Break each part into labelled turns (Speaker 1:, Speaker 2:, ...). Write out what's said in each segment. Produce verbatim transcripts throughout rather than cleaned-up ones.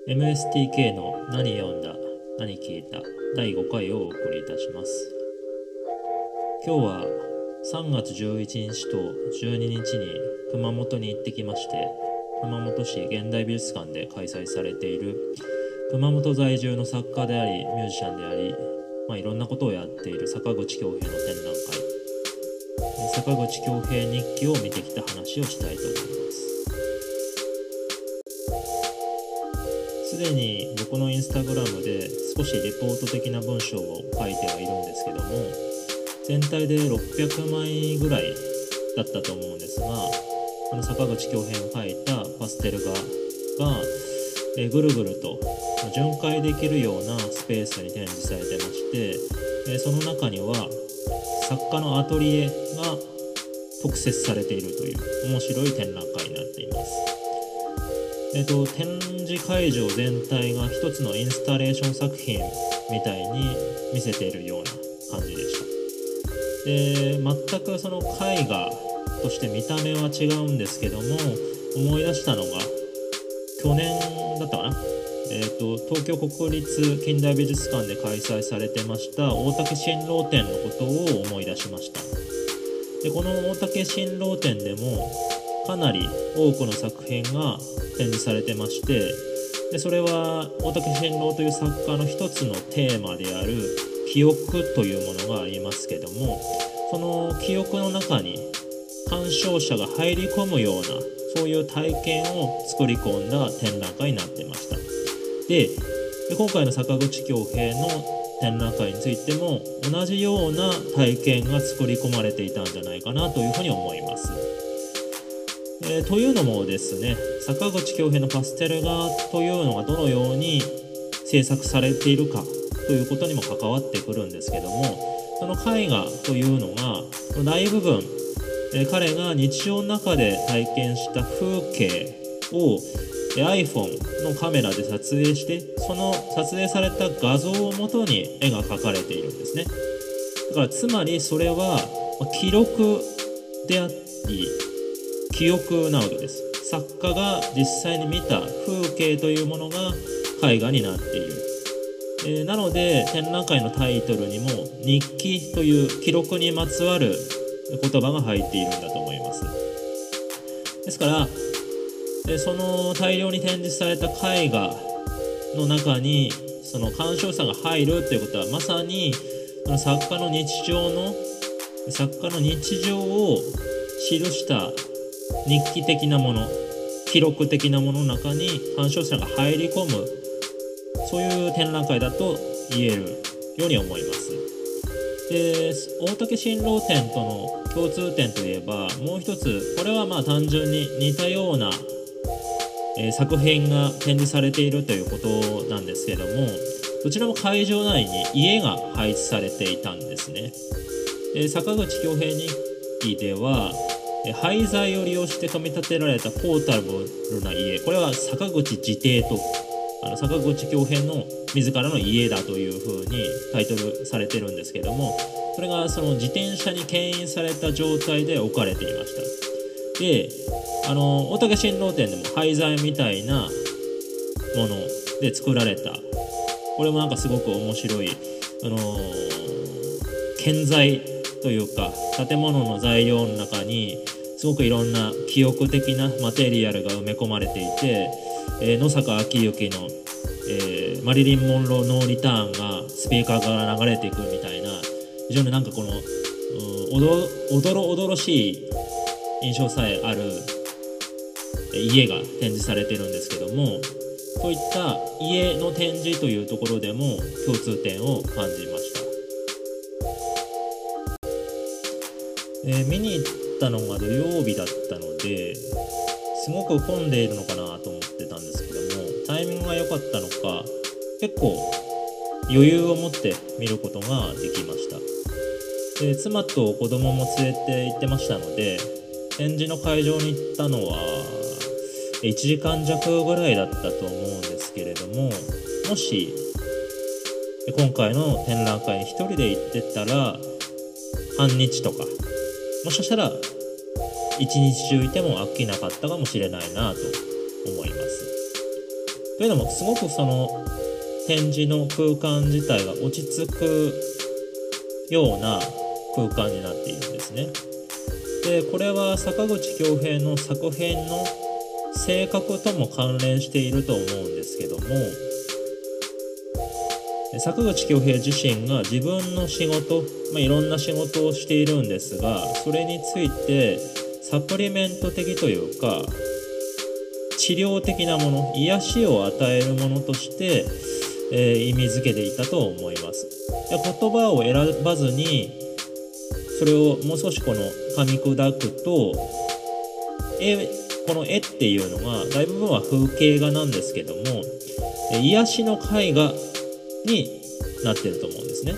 Speaker 1: エムエスティーケー の何読んだ何聞いただいごかいをお送りいたします。今日はさんがつじゅういちにちとじゅうににちに熊本に行ってきまして、熊本市現代美術館で開催されている熊本在住の作家でありミュージシャンであり、まあ、いろんなことをやっている坂口恭平の展覧会、坂口恭平日記を見てきた話をしたいと思います。すでに僕のインスタグラムで少しレポート的な文章を書いてはいるんですけども、全体でろっぴゃくまいぐらいだったと思うんですが、この坂口恭平が描いたパステル画がえぐるぐると巡回できるようなスペースに展示されてまして、えその中には作家のアトリエが特設されているという面白い展覧会になっています。えっと、展示会場全体が一つのインスタレーション作品みたいに見せているような感じでした。で、全くその絵画として見た目は違うんですけども、思い出したのが去年だったかな、えっと、東京国立近代美術館で開催されてました大竹新郎展のことを思い出しました。で、この大竹新郎展でもかなり多くの作品が展示されてまして、でそれは大竹新郎という作家の一つのテーマである記憶というものがありますけども、その記憶の中に鑑賞者が入り込むようなそういう体験を作り込んだ展覧会になってました。で、で今回の坂口恭平の展覧会についても同じような体験が作り込まれていたんじゃないかなというふうに思います。えー、というのもですね、坂口恭平のパステル画というのがどのように制作されているかということにも関わってくるんですけども、その絵画というのが大部分、えー、彼が日常の中で体験した風景を iPhone のカメラで撮影して、その撮影された画像をもとに絵が描かれているんですね。だからつまりそれは記録であり記憶なわけです。作家が実際に見た風景というものが絵画になっている。えー、なので展覧会のタイトルにも日記という記録にまつわる言葉が入っているんだと思います。ですから、えー、その大量に展示された絵画の中にその鑑賞者が入るということは、まさにその作家の日常の作家の日常を記した日記的なもの、記録的なものの中に鑑賞者が入り込む、そういう展覧会だと言えるように思います。で、大竹新郎展との共通点といえばもう一つ、これはまあ単純に似たような、えー、作品が展示されているということなんですけども、どちらも会場内に家が配置されていたんですね。で、坂口恭平日記では廃材を利用して組み立てられたポータブルな家、これは坂口自邸と、あの坂口恭平の自らの家だというふうにタイトルされてるんですけども、それがその自転車に牽引された状態で置かれていました。で、あの大竹新郎展でも廃材みたいなもので作られた、これもなんかすごく面白い、あのー、建材というか建物の材料の中にすごくいろんな記憶的なマテリアルが埋め込まれていて、えー、野坂昭之の、えー、マリリン・モンローノーリターンがスピーカーから流れていくみたいな、非常になんかこの、うん、おどおどろおどろしい印象さえある家が展示されてるんですけども、そういった家の展示というところでも共通点を感じました。えー、見に行ったのが土曜日だったのですごく混んでいるのかなと思ってたんですけども、タイミングが良かったのか結構余裕を持って見ることができました。で、妻と子供も連れて行ってましたので、展示の会場に行ったのはいちじかんじゃくぐらいだったと思うんですけれども、もし今回の展覧会に一人で行ってたら半日とか、もしかしたら一日中いても飽きなかったかもしれないなと思います。 というのもすごくその展示の空間自体が落ち着くような空間になっているんですね。でこれは坂口恭平の作品の性格とも関連していると思うんですけども、坂口恭平自身が自分の仕事、まあ、いろんな仕事をしているんですが、それについてサプリメント的というか治療的なもの、癒しを与えるものとして、えー、意味づけていたと思います。で言葉を選ばずにそれをもう少しこの噛み砕くと、絵この絵っていうのが大部分は風景画なんですけども、癒しの絵画になってると思うんですね。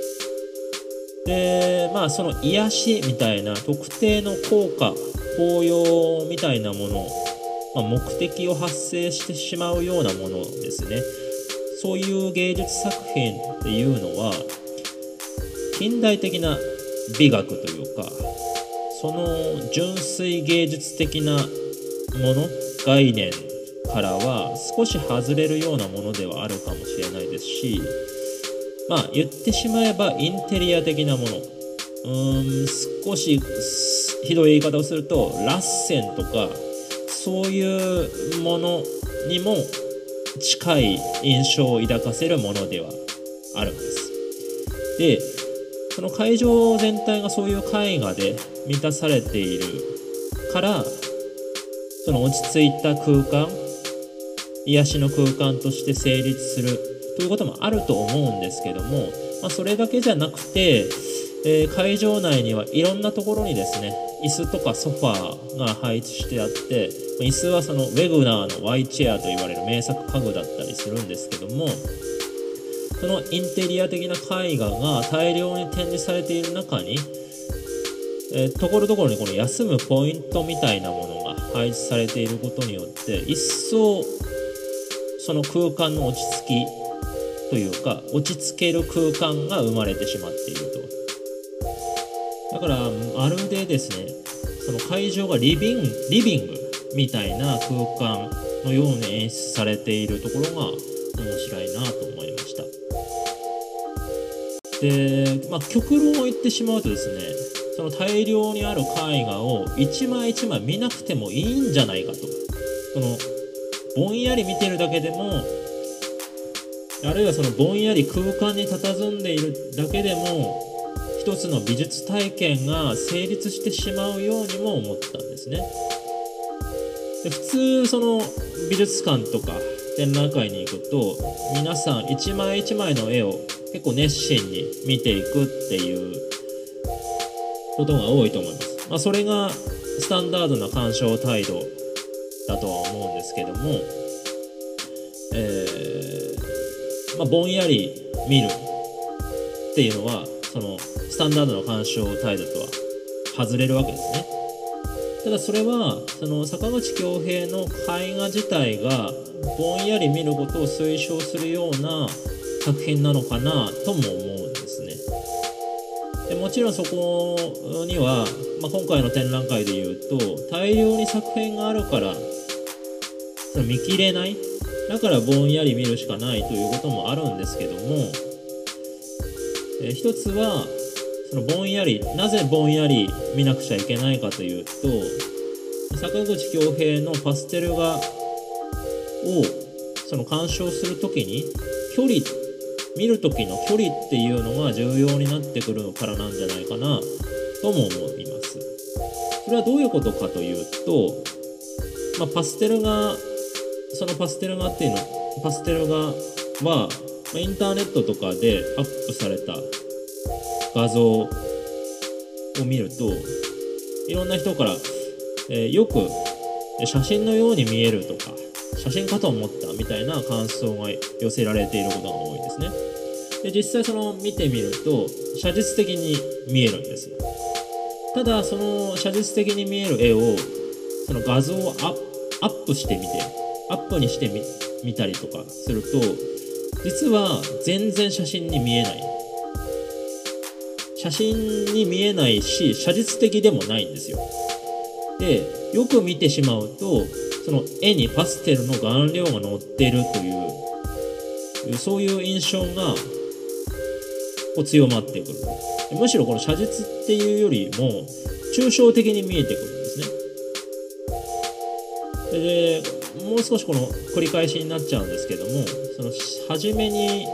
Speaker 1: でまあその癒しみたいな特定の効果効用みたいなもの、まあ、目的を発生してしまうようなものですね。そういう芸術作品っていうのは近代的な美学というか、その純粋芸術的なもの概念からは少し外れるようなものではあるかもしれないですし、まあ言ってしまえばインテリア的なもの、うーん少しひどい言い方をするとラッセンとかそういうものにも近い印象を抱かせるものではあるんです。でその会場全体がそういう絵画で満たされているから、その落ち着いた空間、癒しの空間として成立するということもあると思うんですけども、まあ、それだけじゃなくて、えー、会場内にはいろんなところにですね、椅子とかソファーが配置してあって、椅子はそのウェグナーの Y チェアと言われる名作家具だったりするんですけども、そのインテリア的な絵画が大量に展示されている中に、えー、ところどころにこの休むポイントみたいなものが配置されていることによって一層その空間の落ち着きというか落ち着ける空間が生まれてしまっていると。だからまるでですね、その会場がリビング、リビングみたいな空間のように演出されているところが面白いなと思いました。で、まあ、極論を言ってしまうとですね、その大量にある絵画を一枚一枚見なくてもいいんじゃないかと。そのぼんやり見てるだけでも、あるいはそのぼんやり空間に佇んでいるだけでも一つの美術体験が成立してしまうようにも思ったんですね。で普通その美術館とか展覧会に行くと皆さん一枚一枚の絵を結構熱心に見ていくっていうことが多いと思います。まあ、それがスタンダードな鑑賞態度だとは思うんですけども、えーまあ、ぼんやり見るっていうのはそのスタンダードな鑑賞態度とは外れるわけですね。ただそれはその坂口恭平の絵画自体がぼんやり見ることを推奨するような作品なのかなとも思うんですね。でもちろんそこには、まあ、今回の展覧会でいうと大量に作品があるからその見切れない、だからぼんやり見るしかないということもあるんですけども、えー、一つはそのぼんやり、なぜぼんやり見なくちゃいけないかというと、坂口恭平のパステル画をその鑑賞するときに距離、見るときの距離っていうのが重要になってくるからなんじゃないかなとも思います。それはどういうことかというと、まあ、パステル画、そのパステル画っていうの、パステル画は、まあ、インターネットとかでアップされた画像を見るといろんな人から、えー、よく写真のように見えるとか写真かと思ったみたいな感想が寄せられていることが多いんですね。で実際その見てみると写実的に見えるんです。ただその写実的に見える絵をその画像をアップ、アップしてみてアップにしてみ見たりとかすると実は全然写真に見えない。写真に見えないし写実的でもないんですよ。でよく見てしまうとその絵にパステルの顔料が乗っているというそういう印象がこう強まってくる。むしろこの写実っていうよりも抽象的に見えてくるんですね。でもう少しこの繰り返しになっちゃうんですけども、その初めに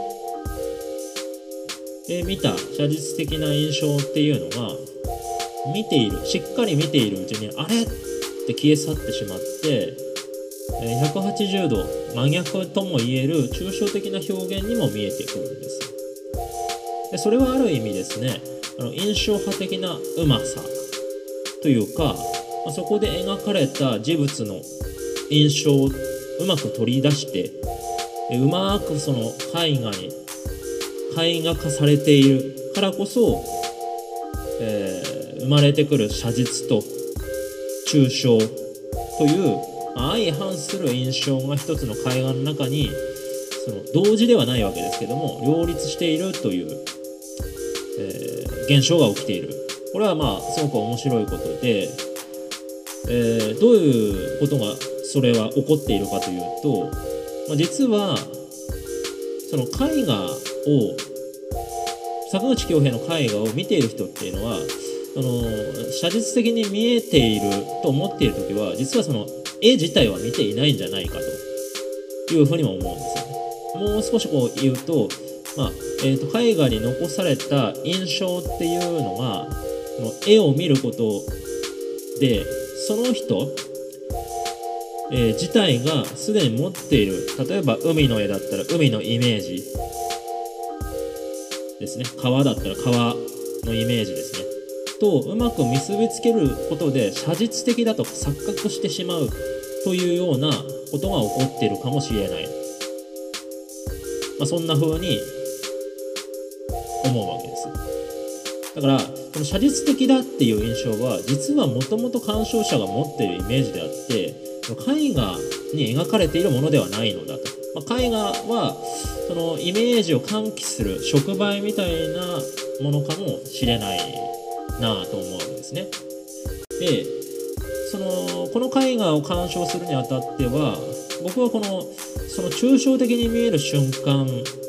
Speaker 1: 見た写実的な印象っていうのが見ているしっかり見ているうちにあれって消え去ってしまってひゃくはちじゅうど真逆ともいえる抽象的な表現にも見えてくるんです。でそれはある意味ですね、あの印象派的なうまさというか、まあ、そこで描かれた事物の印象をうまく取り出してうまくその絵画に絵画化されているからこそ、えー、生まれてくる写実と抽象という相反する印象が一つの絵画の中にその同時ではないわけですけども両立しているという、えー、現象が起きている。これはまあすごく面白いことで、えー、どういうことがそれは起こっているかというと、まあ、実はその絵画を坂口恭平の絵画を見ている人っていうのはその写実的に見えていると思っている時は実はその絵自体は見ていないんじゃないかというふうにも思うんですよね。もう少しこう言うと、まあえー、と絵画に残された印象っていうのがこの絵を見ることでその人、えー、自体がすでに持っている、例えば海の絵だったら海のイメージですね、川だったら川のイメージですねとうまく結びつけることで写実的だと錯覚してしまうというようなことが起こっているかもしれない、まあ、そんな風に思うわけです。だからこの写実的だっていう印象は実はもともと鑑賞者が持っているイメージであって絵画に描かれているものではないのだと、まあ、絵画はそのイメージを喚起する触媒みたいなものかもしれないなぁと思うんですね。でそのこの絵画を鑑賞するにあたっては僕はこのその抽象的に見える瞬間、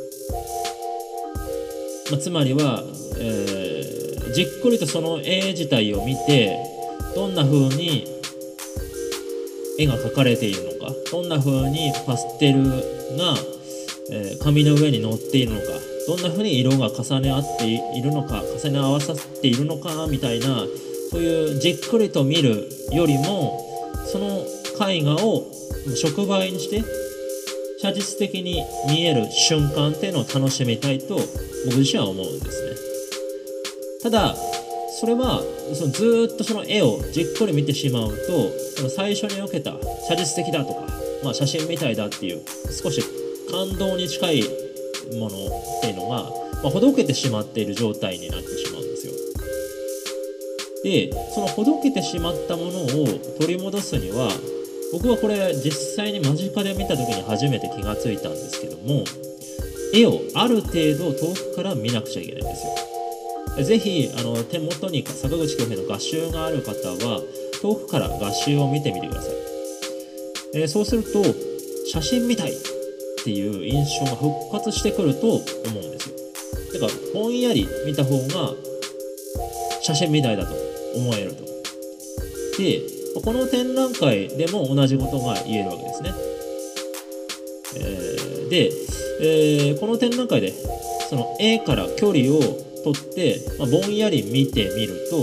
Speaker 1: まあ、つまりは、えー、じっくりとその絵自体を見てどんな風に絵が描かれているのか、どんな風にパステルが、えー、紙の上に乗っているのか、どんな風に色が重ね合っているのか重ね合わさっているのかみたいなそういうじっくりと見るよりもその絵画を触媒にして写実的に見える瞬間っていうのを楽しみたいと僕自身は思うんですね。ただそれはそのずーっとその絵をじっくり見てしまうとその最初に受けた写実的だとか、まあ、写真みたいだっていう少し感動に近いものっていうのが、まあ、ほどけてしまっている状態になってしまうんですよ。でそのほどけてしまったものを取り戻すには僕はこれ実際に間近で見た時に初めて気がついたんですけども絵をある程度遠くから見なくちゃいけないんですよ。ぜひあの手元に坂口恭平の画集がある方は遠くから画集を見てみてください。えー、そうすると写真みたいっていう印象が復活してくると思うんですよ。だからぼんやり見た方が写真みたいだと思えると。でこの展覧会でも同じことが言えるわけですね。えー、で、えー、この展覧会でその絵から距離を取って、まあ、ぼんやり見てみると、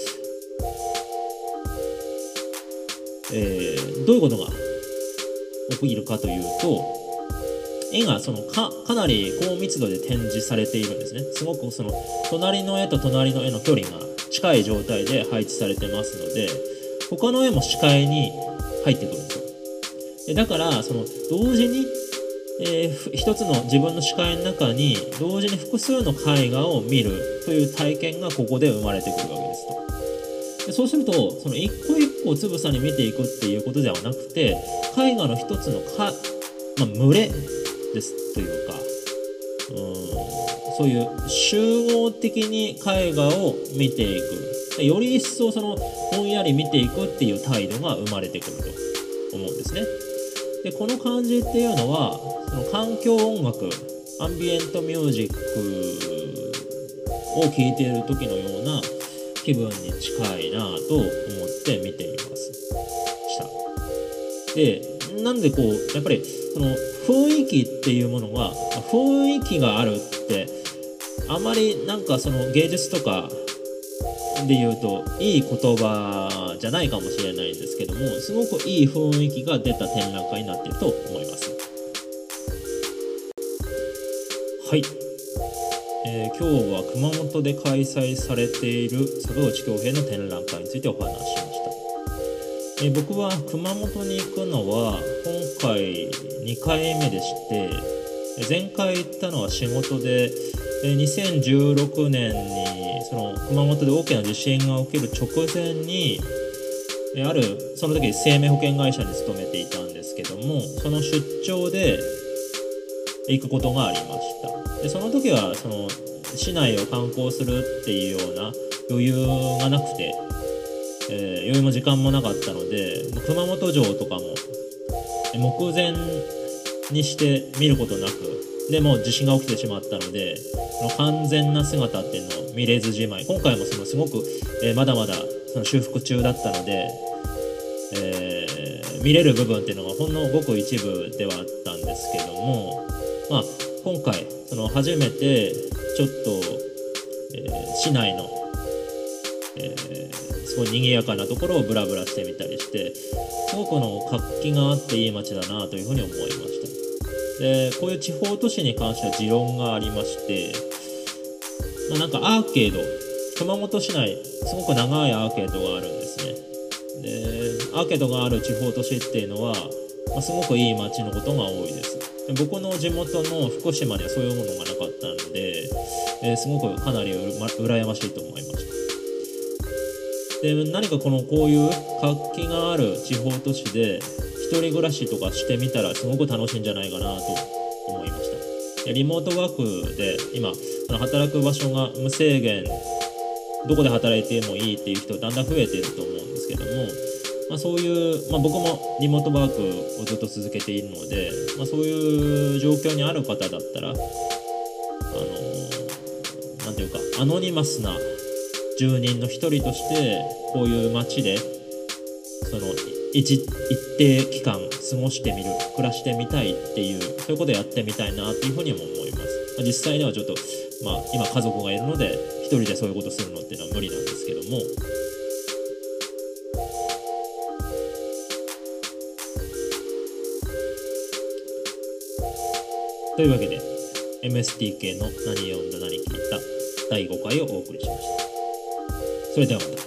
Speaker 1: えー、どういうことが起きるかというと絵がその か, かなり高密度で展示されているんですね。すごくその隣の絵と隣の絵の距離が近い状態で配置されてますので他の絵も視界に入ってくるんですよ。でだからその同時に、えー、一つの自分の視界の中に同時に複数の絵画を見るという体験がここで生まれてくるわけですと。でそうするとその一個一個つぶさに見ていくっていうことではなくて絵画の一つのか、まあ、群れですというかうーんそういう集合的に絵画を見ていくより一層そのぼんやり見ていくっていう態度が生まれてくると思うんですね。でこの感じっていうのはその環境音楽アンビエントミュージックを聴いている時のような気分に近いなと思って見てみますしたでなんでこうやっぱりその雰囲気っていうものが雰囲気があるってあまりなんかその芸術とかで言うといい言葉じゃないかもしれないんですけどもすごくいい雰囲気が出た展覧会になっていると思います。はい、えー、今日は熊本で開催されている坂口恭平の展覧会についてお話ししました。えー、僕は熊本に行くのは今回にかいめでして前回行ったのは仕事でにせんじゅうろくねんにその熊本で大きな地震が起きる直前にあるその時生命保険会社に勤めていたんですけどもその出張で行くことがありました。でその時はその市内を観光するっていうような余裕がなくて、えー、余裕も時間もなかったので熊本城とかも目前にして見ることなくでもう地震が起きてしまったのでその完全な姿っていうのを見れずじまい今回もそのすごく、えー、まだまだその修復中だったので、えー、見れる部分っていうのがほんのごく一部ではあったんですけども、まあ、今回その初めてちょっと、えー、市内の、えー、すごい賑やかなところをブラブラしてみたりしてすごくの活気があっていい街だなというふうに思いました。でこういう地方都市に関しては持論がありまして、まあ、なんかアーケード熊本市内すごく長いアーケードがあるんですね。でアーケードがある地方都市っていうのは、まあ、すごくいい街のことが多いです。で僕の地元の福島にはそういうものがなかったので、えー、すごくかなりう、ま、羨ましいと思いました。で何かこのこういう活気がある地方都市で一人暮らしとかしてみたらすごく楽しいんじゃないかなと思いました。リモートワークで今働く場所が無制限どこで働いてもいいっていう人だんだん増えていると思うんですけども、まあ、そういう、まあ、僕もリモートワークをずっと続けているので、まあ、そういう状況にある方だったらあのー、なんていうかアノニマスな住人の一人としてこういう街でその一, 一定期間過ごしてみる暮らしてみたいっていうそういうことをやってみたいなっていうふうにも思います。実際にはちょっと、まあ、今家族がいるので一人でそういうことするのっていうのは無理なんですけどもというわけで エムエスティーケー の何読んだ何聞いただいごかいをお送りしました。それではまた。